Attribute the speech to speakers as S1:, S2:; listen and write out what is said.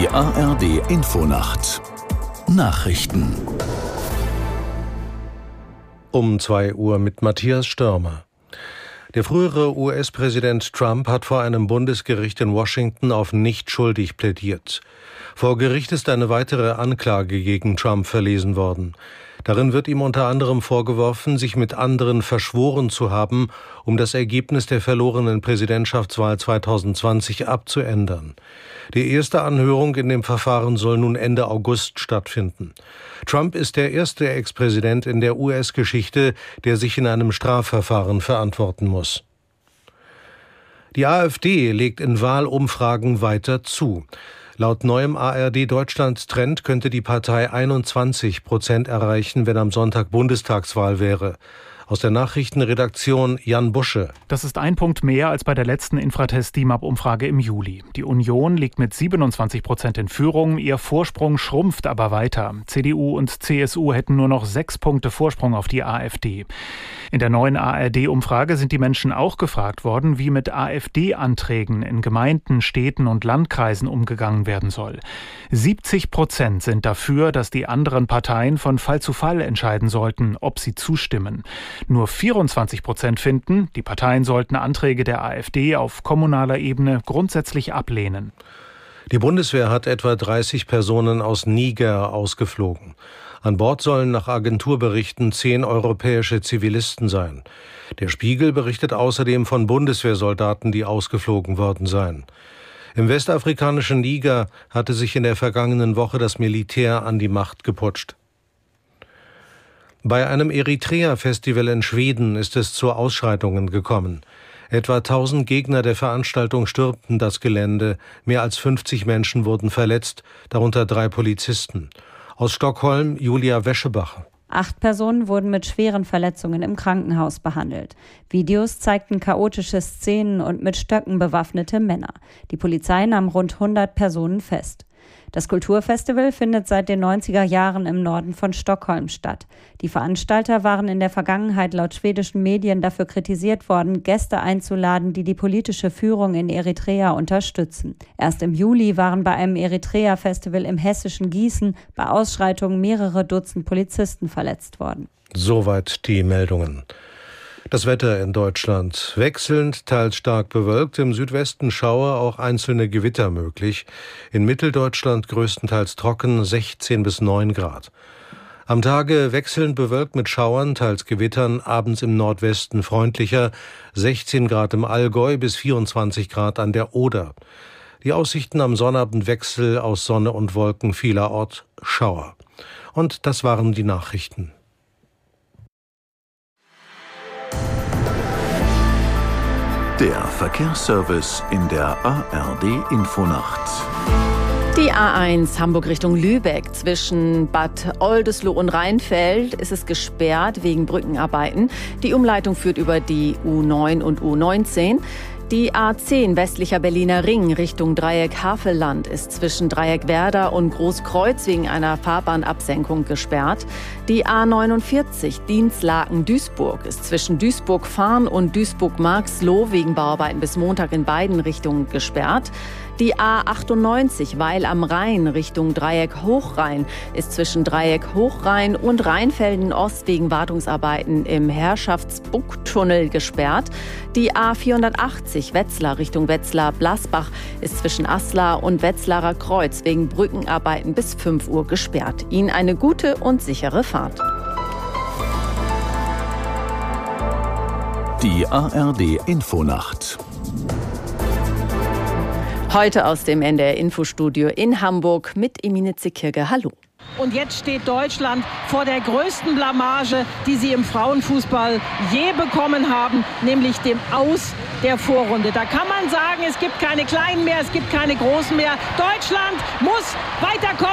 S1: Die ARD-Infonacht Nachrichten
S2: um 2 Uhr mit Matthias Störmer. Der frühere US-Präsident Trump hat vor einem Bundesgericht in Washington auf nicht schuldig plädiert. Vor Gericht ist eine weitere Anklage gegen Trump verlesen worden. Darin wird ihm unter anderem vorgeworfen, sich mit anderen verschworen zu haben, um das Ergebnis der verlorenen Präsidentschaftswahl 2020 abzuändern. Die erste Anhörung in dem Verfahren soll nun Ende August stattfinden. Trump ist der erste Ex-Präsident in der US-Geschichte, der sich in einem Strafverfahren verantworten muss. Die AfD legt in Wahlumfragen weiter zu. Laut neuem ARD-Deutschland-Trend könnte die Partei 21% erreichen, wenn am Sonntag Bundestagswahl wäre. Aus der Nachrichtenredaktion Jan Busche.
S3: Das ist 1 Punkt mehr als bei der letzten Infratest-DIMAP-Umfrage im Juli. Die Union liegt mit 27% in Führung. Ihr Vorsprung schrumpft aber weiter. CDU und CSU hätten nur noch 6 Punkte Vorsprung auf die AfD. In der neuen ARD-Umfrage sind die Menschen auch gefragt worden, wie mit AfD-Anträgen in Gemeinden, Städten und Landkreisen umgegangen werden soll. 70% sind dafür, dass die anderen Parteien von Fall zu Fall entscheiden sollten, ob sie zustimmen. Nur 24% finden, die Parteien sollten Anträge der AfD auf kommunaler Ebene grundsätzlich ablehnen.
S2: Die Bundeswehr hat etwa 30 Personen aus Niger ausgeflogen. An Bord sollen nach Agenturberichten 10 europäische Zivilisten sein. Der Spiegel berichtet außerdem von Bundeswehrsoldaten, die ausgeflogen worden seien. Im westafrikanischen Niger hatte sich in der vergangenen Woche das Militär an die Macht geputscht. Bei einem Eritrea-Festival in Schweden ist es zu Ausschreitungen gekommen. Etwa 1000 Gegner der Veranstaltung stürmten das Gelände. Mehr als 50 Menschen wurden verletzt, darunter 3 Polizisten. Aus Stockholm Julia Weschebach.
S4: 8 Personen wurden mit schweren Verletzungen im Krankenhaus behandelt. Videos zeigten chaotische Szenen und mit Stöcken bewaffnete Männer. Die Polizei nahm rund 100 Personen fest. Das Kulturfestival findet seit den 90er Jahren im Norden von Stockholm statt. Die Veranstalter waren in der Vergangenheit laut schwedischen Medien dafür kritisiert worden, Gäste einzuladen, die die politische Führung in Eritrea unterstützen. Erst im Juli waren bei einem Eritrea-Festival im hessischen Gießen bei Ausschreitungen mehrere Dutzend Polizisten verletzt worden.
S2: Soweit die Meldungen. Das Wetter in Deutschland wechselnd, teils stark bewölkt, im Südwesten Schauer, auch einzelne Gewitter möglich. In Mitteldeutschland größtenteils trocken, 16 bis 9 Grad. Am Tage wechselnd bewölkt mit Schauern, teils Gewittern, abends im Nordwesten freundlicher, 16 Grad im Allgäu bis 24 Grad an der Oder. Die Aussichten am Sonnabend Wechsel aus Sonne und Wolken, vielerorts Schauer. Und das waren die Nachrichten.
S1: Der Verkehrsservice in der ARD-Infonacht.
S5: Die A1 Hamburg Richtung Lübeck zwischen Bad Oldesloe und Rheinfeld ist es gesperrt wegen Brückenarbeiten. Die Umleitung führt über die U9 und U19. Die A10 westlicher Berliner Ring Richtung Dreieck Havelland ist zwischen Dreieck Werder und Großkreuz wegen einer Fahrbahnabsenkung gesperrt. Die A49 Dinslaken-Duisburg ist zwischen Duisburg-Farn und Duisburg-Marxloh wegen Bauarbeiten bis Montag in beiden Richtungen gesperrt. Die A98 Weil am Rhein Richtung Dreieck Hochrhein ist zwischen Dreieck Hochrhein und Rheinfelden Ost wegen Wartungsarbeiten im Herrschaftsbucktunnel gesperrt. Die A480 Wetzlar Richtung Wetzlar-Blasbach ist zwischen Aslar und Wetzlarer Kreuz wegen Brückenarbeiten bis 5 Uhr gesperrt. Ihnen eine gute und sichere Fahrt.
S1: Die ARD-Infonacht.
S5: Heute aus dem NDR-Infostudio in Hamburg mit Emine Zickirge. Hallo.
S6: Und jetzt steht Deutschland vor der größten Blamage, die sie im Frauenfußball je bekommen haben, nämlich dem Aus der Vorrunde. Da kann man sagen, es gibt keine Kleinen mehr, es gibt keine Großen mehr. Deutschland muss weiterkommen.